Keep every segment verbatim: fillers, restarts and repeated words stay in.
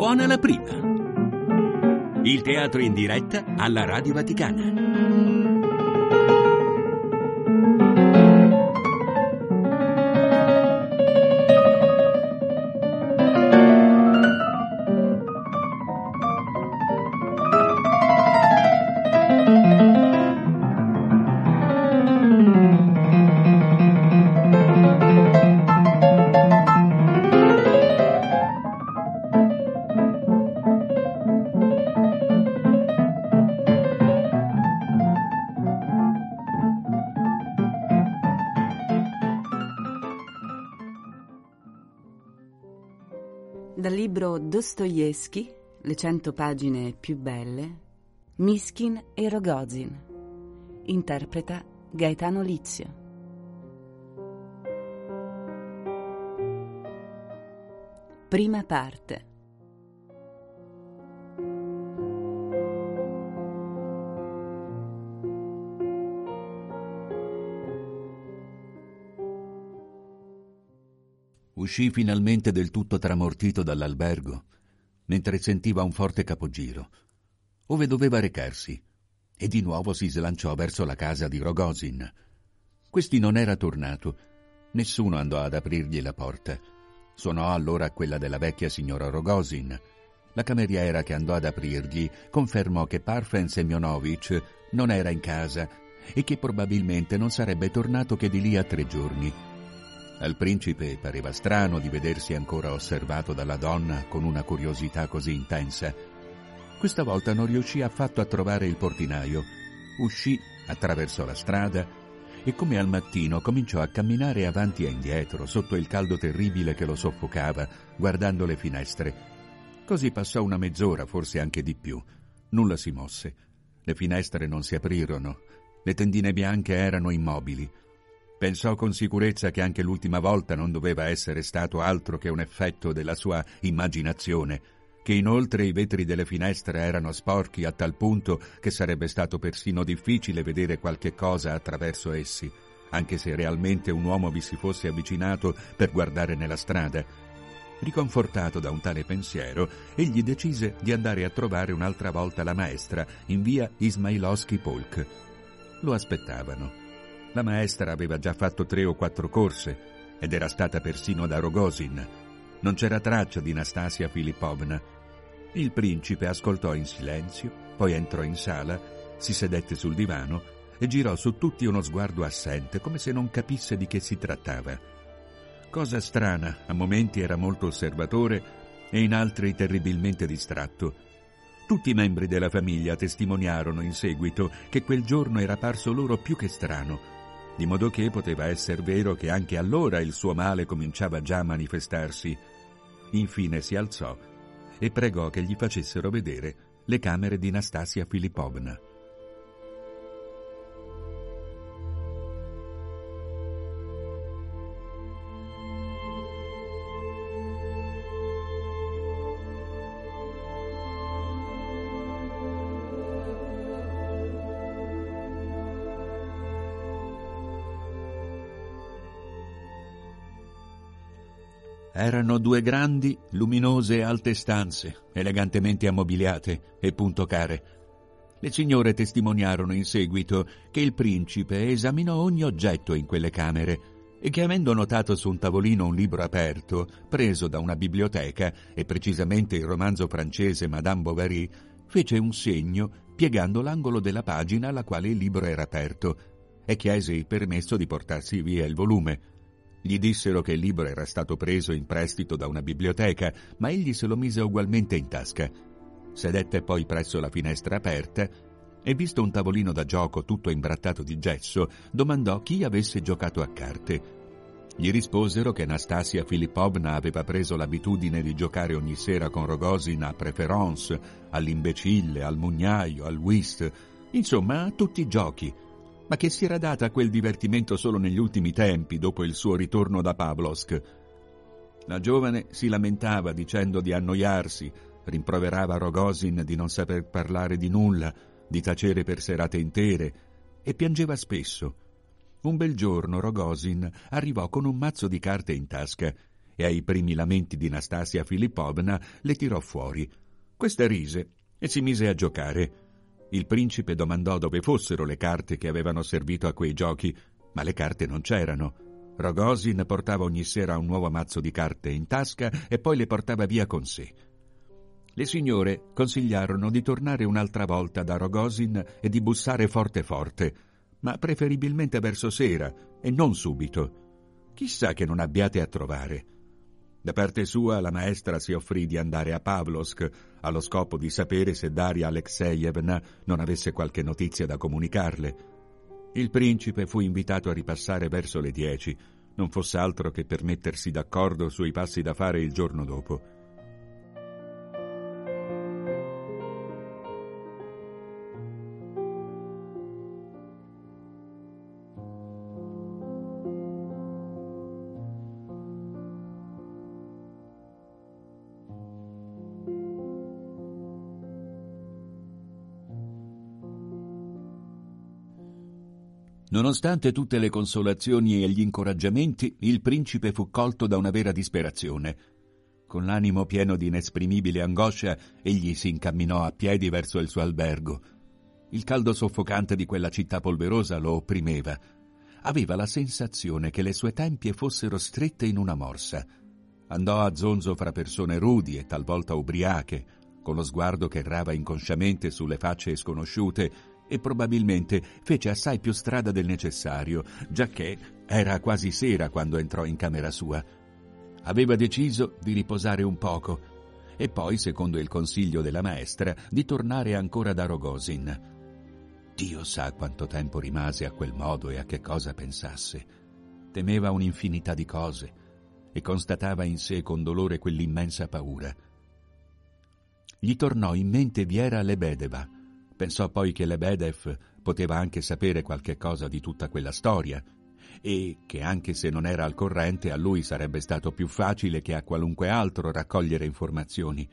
Suona la prima. Il teatro in diretta alla Radio Vaticana. Dal libro Dostoevskij, Le cento pagine più belle, Myskin e Rogozin. Interpreta Gaetano Lizio. Prima parte. Uscì finalmente del tutto tramortito dall'albergo, mentre sentiva un forte capogiro, ove doveva recarsi, e di nuovo si slanciò verso la casa di Rogozin. Questi non era tornato, nessuno andò ad aprirgli la porta. Suonò allora quella della vecchia signora Rogozin. La cameriera che andò ad aprirgli confermò che Parfen Semyonovich non era in casa e che probabilmente non sarebbe tornato che di lì a tre giorni. Al principe pareva strano di vedersi ancora osservato dalla donna con una curiosità così intensa. Questa volta non riuscì affatto a trovare il portinaio. Uscì, attraversò la strada e come al mattino cominciò a camminare avanti e indietro sotto il caldo terribile che lo soffocava, guardando le finestre. Così passò una mezz'ora, forse anche di più. Nulla si mosse. Le finestre non si aprirono. Le tendine bianche erano immobili. Pensò con sicurezza che anche l'ultima volta non doveva essere stato altro che un effetto della sua immaginazione, che inoltre i vetri delle finestre erano sporchi a tal punto che sarebbe stato persino difficile vedere qualche cosa attraverso essi, anche se realmente un uomo vi si fosse avvicinato per guardare nella strada. Riconfortato da un tale pensiero, egli decise di andare a trovare un'altra volta la maestra in via Ismailovskij Polk. Lo aspettavano. La maestra aveva già fatto tre o quattro corse ed era stata persino da Rogozin. Non c'era traccia di Nastasia Filipovna. Il principe ascoltò in silenzio, poi entrò in sala, si sedette sul divano e girò su tutti uno sguardo assente, come se non capisse di che si trattava. Cosa strana, a momenti era molto osservatore e in altri terribilmente distratto. Tutti i membri della famiglia testimoniarono in seguito che quel giorno era parso loro più che strano, di modo che poteva esser vero che anche allora il suo male cominciava già a manifestarsi. Infine si alzò e pregò che gli facessero vedere le camere di Nastasia Filipovna. Erano due grandi, luminose e alte stanze, elegantemente ammobiliate e punto care. Le signore testimoniarono in seguito che il principe esaminò ogni oggetto in quelle camere e che, avendo notato su un tavolino un libro aperto, preso da una biblioteca, e precisamente il romanzo francese Madame Bovary, fece un segno piegando l'angolo della pagina alla quale il libro era aperto e chiese il permesso di portarsi via il volume. Gli dissero che il libro era stato preso in prestito da una biblioteca, ma egli se lo mise ugualmente in tasca. Sedette poi presso la finestra aperta e, visto un tavolino da gioco tutto imbrattato di gesso, domandò chi avesse giocato a carte. Gli risposero che Nastasia Filipovna aveva preso l'abitudine di giocare ogni sera con Rogozin a Préférence, all'imbecille, al mugnaio, al whist, insomma a tutti i giochi, ma che si era data quel divertimento solo negli ultimi tempi, dopo il suo ritorno da Pavlovsk. La giovane si lamentava dicendo di annoiarsi, rimproverava Rogozin di non saper parlare di nulla, di tacere per serate intere, e piangeva spesso. Un bel giorno Rogozin arrivò con un mazzo di carte in tasca e ai primi lamenti di Nastasia Filippovna le tirò fuori. Questa rise e si mise a giocare. Il principe domandò dove fossero le carte che avevano servito a quei giochi, ma le carte non c'erano. Rogozin portava ogni sera un nuovo mazzo di carte in tasca e poi le portava via con sé. Le signore consigliarono di tornare un'altra volta da Rogozin e di bussare forte forte, ma preferibilmente verso sera e non subito. Chissà che non abbiate a trovare. Da parte sua la maestra si offrì di andare a Pavlovsk allo scopo di sapere se Daria Alexeyevna non avesse qualche notizia da comunicarle. Il principe fu invitato a ripassare verso le dieci, non fosse altro che per mettersi d'accordo sui passi da fare il giorno dopo. Nonostante tutte le consolazioni e gli incoraggiamenti, il principe fu colto da una vera disperazione. Con l'animo pieno di inesprimibile angoscia, egli si incamminò a piedi verso il suo albergo. Il caldo soffocante di quella città polverosa lo opprimeva. Aveva la sensazione che le sue tempie fossero strette in una morsa. Andò a zonzo fra persone rudi e talvolta ubriache, con lo sguardo che errava inconsciamente sulle facce sconosciute, e probabilmente fece assai più strada del necessario, giacché era quasi sera quando entrò in camera sua. Aveva deciso di riposare un poco e poi, secondo il consiglio della maestra, di tornare ancora da Rogozin. Dio sa quanto tempo rimase a quel modo e a che cosa pensasse. Temeva un'infinità di cose e constatava in sé con dolore quell'immensa paura. Gli tornò in mente Viera Lebedeva. Pensò poi che Lebedev poteva anche sapere qualche cosa di tutta quella storia e che, anche se non era al corrente, a lui sarebbe stato più facile che a qualunque altro raccogliere informazioni.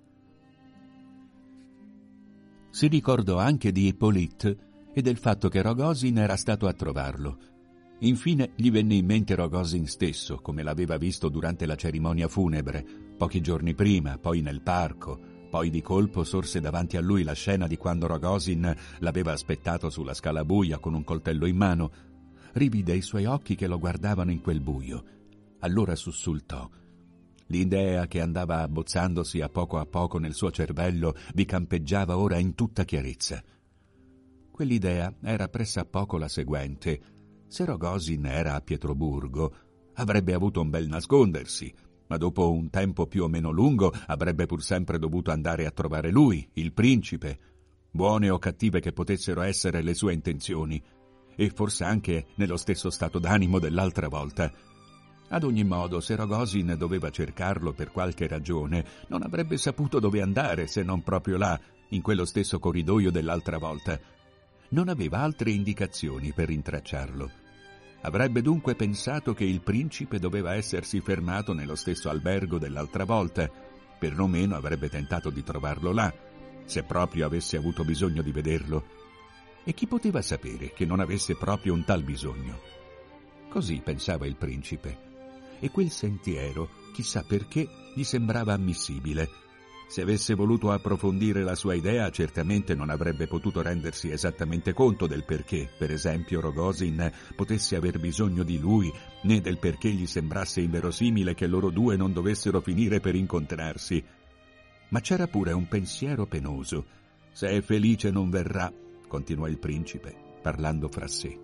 Si ricordò anche di Hippolyte e del fatto che Rogozin era stato a trovarlo. Infine gli venne in mente Rogozin stesso, come l'aveva visto durante la cerimonia funebre, pochi giorni prima, poi nel parco. Poi di colpo sorse davanti a lui la scena di quando Rogozin l'aveva aspettato sulla scala buia con un coltello in mano. Rivide i suoi occhi che lo guardavano in quel buio. Allora sussultò. L'idea che andava abbozzandosi a poco a poco nel suo cervello vi campeggiava ora in tutta chiarezza. Quell'idea era pressappoco la seguente. Se Rogozin era a Pietroburgo, avrebbe avuto un bel nascondersi, ma dopo un tempo più o meno lungo avrebbe pur sempre dovuto andare a trovare lui, il principe, buone o cattive che potessero essere le sue intenzioni, e forse anche nello stesso stato d'animo dell'altra volta. Ad ogni modo, se Rogozin doveva cercarlo per qualche ragione, non avrebbe saputo dove andare se non proprio là, in quello stesso corridoio dell'altra volta. Non aveva altre indicazioni per rintracciarlo. Avrebbe dunque pensato che il principe doveva essersi fermato nello stesso albergo dell'altra volta, perlomeno avrebbe tentato di trovarlo là, se proprio avesse avuto bisogno di vederlo. E chi poteva sapere che non avesse proprio un tal bisogno? Così pensava il principe, e quel sentiero, chissà perché, gli sembrava ammissibile. Se avesse voluto approfondire la sua idea, certamente non avrebbe potuto rendersi esattamente conto del perché, per esempio, Rogozin potesse aver bisogno di lui, né del perché gli sembrasse inverosimile che loro due non dovessero finire per incontrarsi. Ma c'era pure un pensiero penoso. Se è felice non verrà, continuò il principe, parlando fra sé.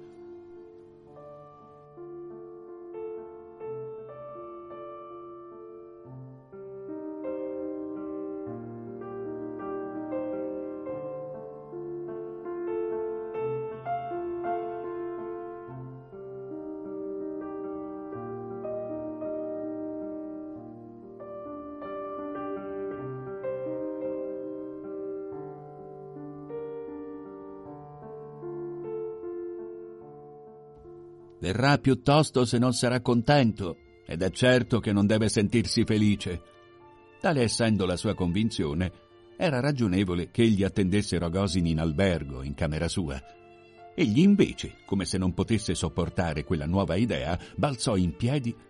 Verrà piuttosto se non sarà contento, ed è certo che non deve sentirsi felice. Tale essendo la sua convinzione, era ragionevole che egli attendesse Rogozin in albergo, in camera sua. Egli invece, come se non potesse sopportare quella nuova idea, balzò in piedi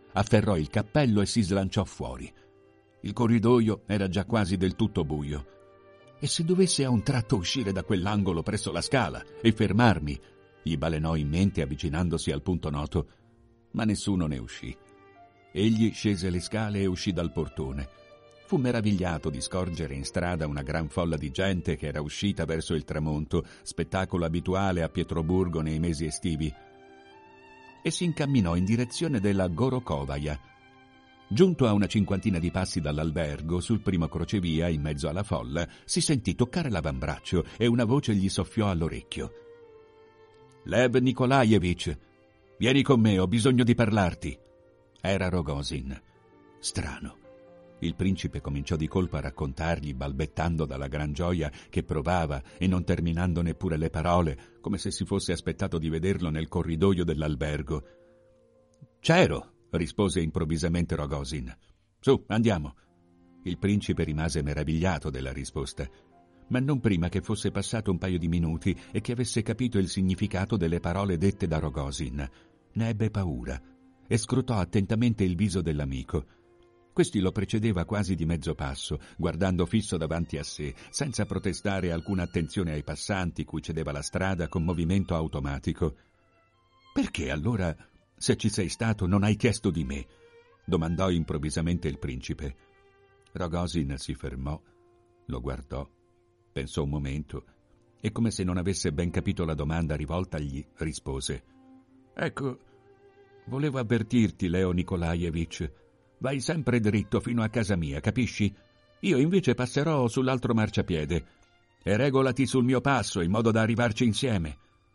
afferrò il cappello e si slanciò fuori. Il corridoio era già quasi del tutto buio. E se dovesse a un tratto uscire da quell'angolo presso la scala e fermarmi, gli balenò in mente avvicinandosi al punto noto, ma nessuno ne uscì. Egli scese le scale e uscì dal portone. Fu meravigliato di scorgere in strada una gran folla di gente che era uscita verso il tramonto, spettacolo abituale a Pietroburgo nei mesi estivi, e si incamminò in direzione della Gorokovaja. Giunto a una cinquantina di passi dall'albergo, sul primo crocevia, in mezzo alla folla, si sentì toccare l'avambraccio e una voce gli soffiò all'orecchio. «Lev Nikolaevich, vieni con me, ho bisogno di parlarti». Era Rogozin. Strano. Il principe cominciò di colpo a raccontargli, balbettando dalla gran gioia che provava e non terminando neppure le parole, come se si fosse aspettato di vederlo nel corridoio dell'albergo. «C'ero», rispose improvvisamente Rogozin. «Su, andiamo». Il principe rimase meravigliato della risposta, ma non prima che fosse passato un paio di minuti e che avesse capito il significato delle parole dette da Rogozin. Ne ebbe paura e scrutò attentamente il viso dell'amico. Questi lo precedeva quasi di mezzo passo, guardando fisso davanti a sé, senza protestare alcuna attenzione ai passanti cui cedeva la strada con movimento automatico. «Perché allora, se ci sei stato, non hai chiesto di me?» domandò improvvisamente il principe. Rogozin si fermò, lo guardò, pensò un momento e, come se non avesse ben capito la domanda rivoltagli, rispose: «Ecco, volevo avvertirti, Leo Nikolaevich. Vai sempre dritto fino a casa mia, capisci? Io invece passerò sull'altro marciapiede. E regolati sul mio passo, in modo da arrivarci insieme».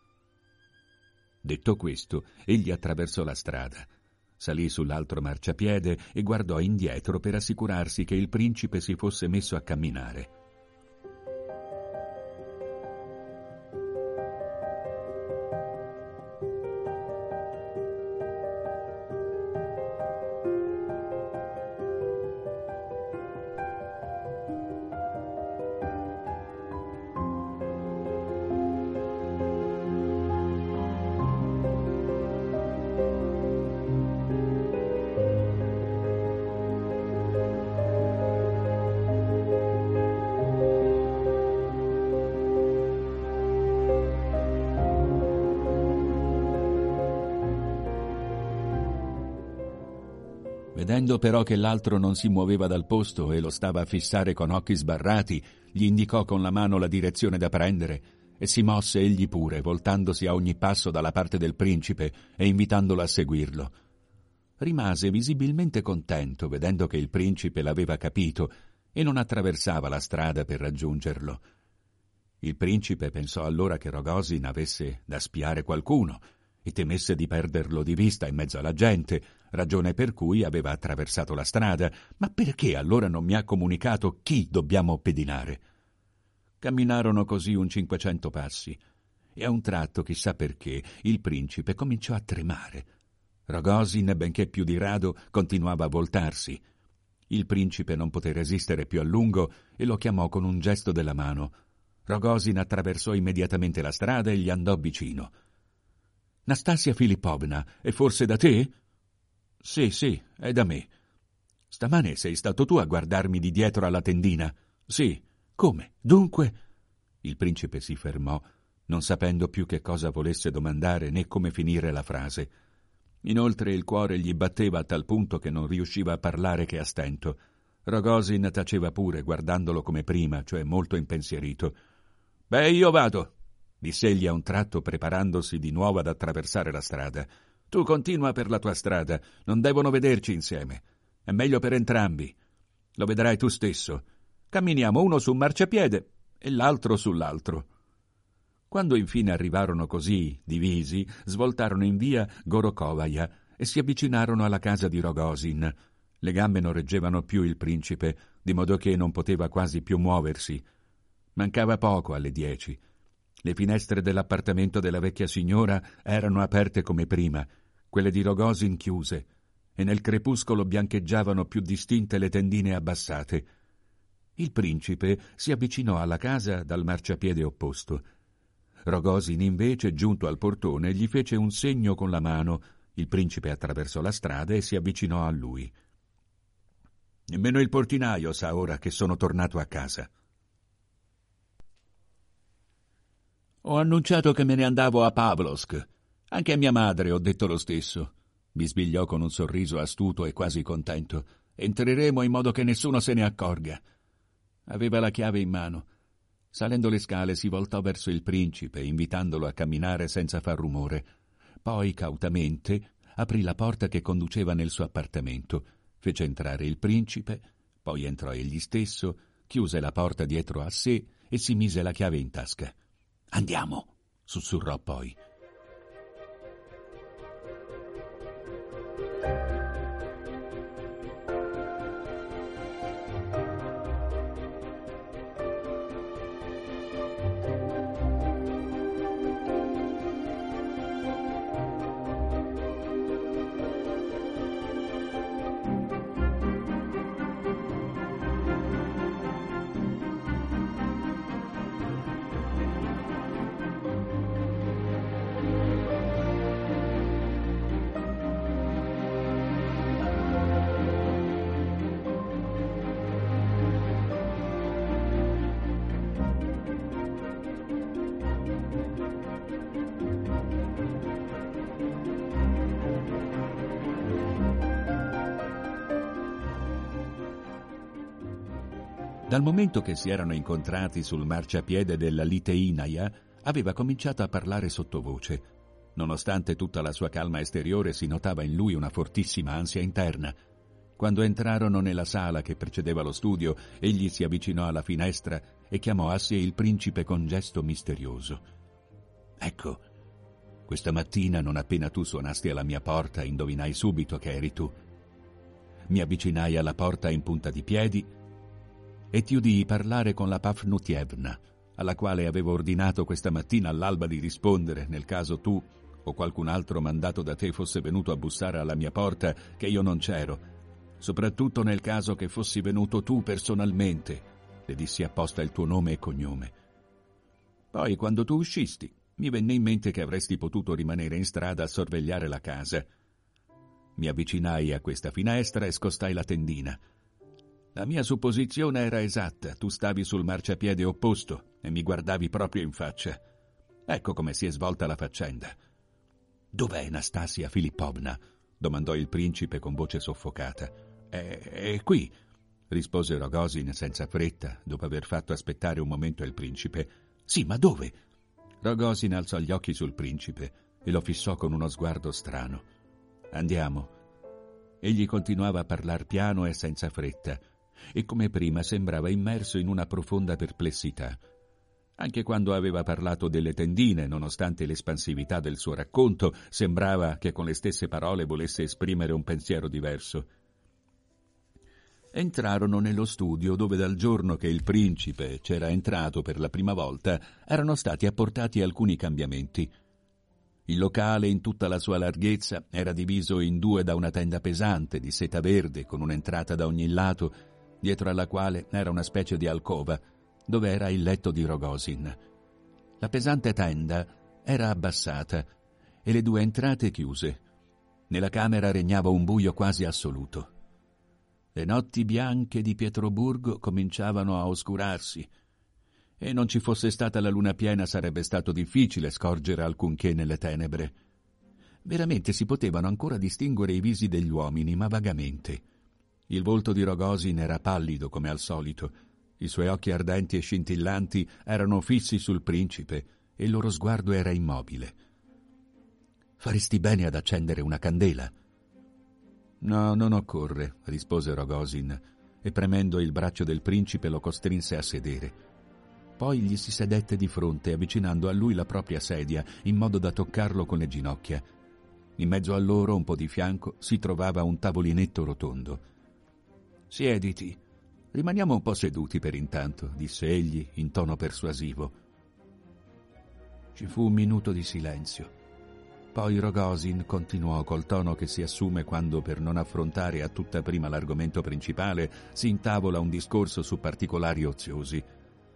Detto questo, egli attraversò la strada, salì sull'altro marciapiede e guardò indietro per assicurarsi che il principe si fosse messo a camminare. Vedendo però che l'altro non si muoveva dal posto e lo stava a fissare con occhi sbarrati, gli indicò con la mano la direzione da prendere e si mosse egli pure, voltandosi a ogni passo dalla parte del principe e invitandolo a seguirlo. Rimase visibilmente contento vedendo che il principe l'aveva capito e non attraversava la strada per raggiungerlo. Il principe pensò allora che Rogozin avesse da spiare qualcuno e temesse di perderlo di vista in mezzo alla gente, ragione per cui aveva attraversato la strada. Ma perché allora non mi ha comunicato chi dobbiamo pedinare? Camminarono così un cinquecento passi, e a un tratto, chissà perché, il principe cominciò a tremare. Rogozin, benché più di rado, continuava a voltarsi. Il principe non poté resistere più a lungo e lo chiamò con un gesto della mano. Rogozin attraversò immediatamente la strada e gli andò vicino. «Nastasia Filippovna, è forse da te?» «Sì, sì, è da me». «Stamane sei stato tu a guardarmi di dietro alla tendina?» «Sì». «Come? Dunque?» Il principe si fermò, non sapendo più che cosa volesse domandare né come finire la frase. Inoltre il cuore gli batteva a tal punto che non riusciva a parlare che a stento. Rogozin taceva pure, guardandolo come prima, cioè molto impensierito. «Beh, io vado», diss'egli a un tratto, preparandosi di nuovo ad attraversare la strada. «Tu continua per la tua strada, non devono vederci insieme. È meglio per entrambi. Lo vedrai tu stesso. Camminiamo uno su un marciapiede e l'altro sull'altro». Quando infine arrivarono così, divisi, svoltarono in via Gorokovaja e si avvicinarono alla casa di Rogozin. Le gambe non reggevano più il principe, di modo che non poteva quasi più muoversi. Mancava poco alle dieci. Le finestre dell'appartamento della vecchia signora erano aperte come prima, quelle di Rogozin chiuse, e nel crepuscolo biancheggiavano più distinte le tendine abbassate. Il principe si avvicinò alla casa dal marciapiede opposto. Rogozin invece, giunto al portone, gli fece un segno con la mano Il principe attraversò la strada e si avvicinò a lui. «Nemmeno il portinaio sa ora che sono tornato a casa». «Ho annunciato che me ne andavo a Pavlovsk. Anche a mia madre ho detto lo stesso», bisbigliò con un sorriso astuto e quasi contento. «Entreremo in modo che nessuno se ne accorga». Aveva la chiave in mano. Salendo le scale si voltò verso il principe, invitandolo a camminare senza far rumore. Poi, cautamente, aprì la porta che conduceva nel suo appartamento, fece entrare il principe, poi entrò egli stesso, chiuse la porta dietro a sé e si mise la chiave in tasca. «Andiamo», sussurrò poi. Dal momento che si erano incontrati sul marciapiede della Liteinaia, aveva cominciato a parlare sottovoce. Nonostante tutta la sua calma esteriore, si notava in lui una fortissima ansia interna. Quando entrarono nella sala che precedeva lo studio, egli si avvicinò alla finestra e chiamò a sé il principe con gesto misterioso. «Ecco, questa mattina, non appena tu suonasti alla mia porta, indovinai subito che eri tu. Mi avvicinai alla porta in punta di piedi e ti udii parlare con la Pafnutievna, alla quale avevo ordinato questa mattina all'alba di rispondere nel caso tu o qualcun altro mandato da te fosse venuto a bussare alla mia porta che io non c'ero, soprattutto nel caso che fossi venuto tu personalmente. Le dissi apposta il tuo nome e cognome. Poi, quando tu uscisti, mi venne in mente che avresti potuto rimanere in strada a sorvegliare la casa. Mi avvicinai a questa finestra e scostai la tendina. La mia supposizione era esatta, tu stavi sul marciapiede opposto e mi guardavi proprio in faccia. Ecco come si è svolta la faccenda». «Dov'è Nastasia Filippovna?» domandò il principe con voce soffocata. È, è qui», rispose Rogozin senza fretta, dopo aver fatto aspettare un momento il principe. «Sì, ma dove?» Rogozin alzò gli occhi sul principe e lo fissò con uno sguardo strano. «Andiamo». Egli continuava a parlar piano e senza fretta, e come prima sembrava immerso in una profonda perplessità. Anche quando aveva parlato delle tendine, nonostante l'espansività del suo racconto, sembrava che con le stesse parole volesse esprimere un pensiero diverso. Entrarono nello studio dove dal giorno che il principe c'era entrato per la prima volta erano stati apportati alcuni cambiamenti. Il locale in tutta la sua larghezza era diviso in due da una tenda pesante di seta verde con un'entrata da ogni lato, dietro alla quale era una specie di alcova, dove era il letto di Rogozin. La pesante tenda era abbassata e le due entrate chiuse. Nella camera regnava un buio quasi assoluto. Le notti bianche di Pietroburgo cominciavano a oscurarsi, e non ci fosse stata la luna piena sarebbe stato difficile scorgere alcunché nelle tenebre. Veramente si potevano ancora distinguere i visi degli uomini, ma vagamente. Il volto di Rogozin era pallido come al solito. I suoi occhi ardenti e scintillanti erano fissi sul principe e il loro sguardo era immobile. «Faresti bene ad accendere una candela?» «No, non occorre», rispose Rogozin, e premendo il braccio del principe lo costrinse a sedere. Poi gli si sedette di fronte, avvicinando a lui la propria sedia, in modo da toccarlo con le ginocchia. In mezzo a loro, un po' di fianco, si trovava un tavolinetto rotondo. «Siediti. Rimaniamo un po' seduti per intanto», disse egli in tono persuasivo. Ci fu un minuto di silenzio. Poi Rogozin continuò col tono che si assume quando, per non affrontare a tutta prima l'argomento principale, si intavola un discorso su particolari oziosi.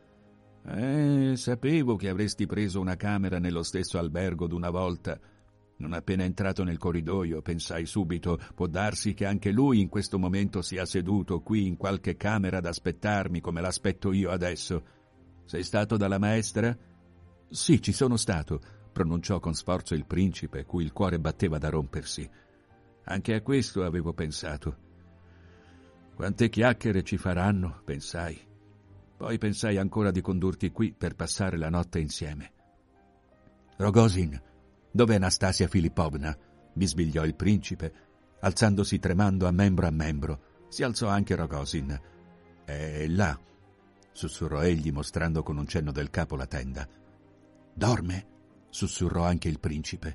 «Eh, sapevo che avresti preso una camera nello stesso albergo d'una volta. Non appena entrato nel corridoio, pensai subito, può darsi che anche lui in questo momento sia seduto qui in qualche camera ad aspettarmi come l'aspetto io adesso. Sei stato dalla maestra? Sì, ci sono stato, pronunciò con sforzo il principe, cui il cuore batteva da rompersi. Anche a questo avevo pensato. Quante chiacchiere ci faranno, pensai. Poi pensai ancora di condurti qui per passare la notte insieme. Rogozin, dov'è Anastasia Filippovna? Bisbigliò il principe, alzandosi tremando a membro a membro. Si alzò anche Rogozin. È là, sussurrò egli mostrando con un cenno del capo la tenda. Dorme? Sussurrò anche il principe.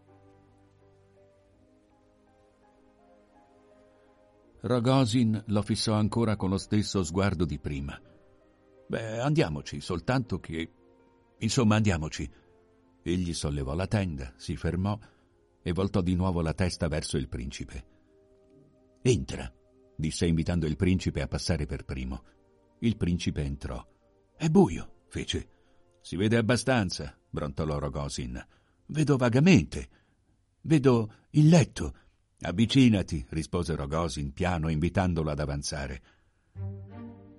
Rogozin lo fissò ancora con lo stesso sguardo di prima. Beh, andiamoci, soltanto che... Insomma, andiamoci. Egli sollevò la tenda, si fermò e voltò di nuovo la testa verso il principe. Entra, disse invitando il principe a passare per primo. Il principe entrò. È buio, fece. Si vede abbastanza, brontolò Rogozin. Vedo vagamente. Vedo il letto. Avvicinati, rispose Rogozin piano, invitandolo ad avanzare.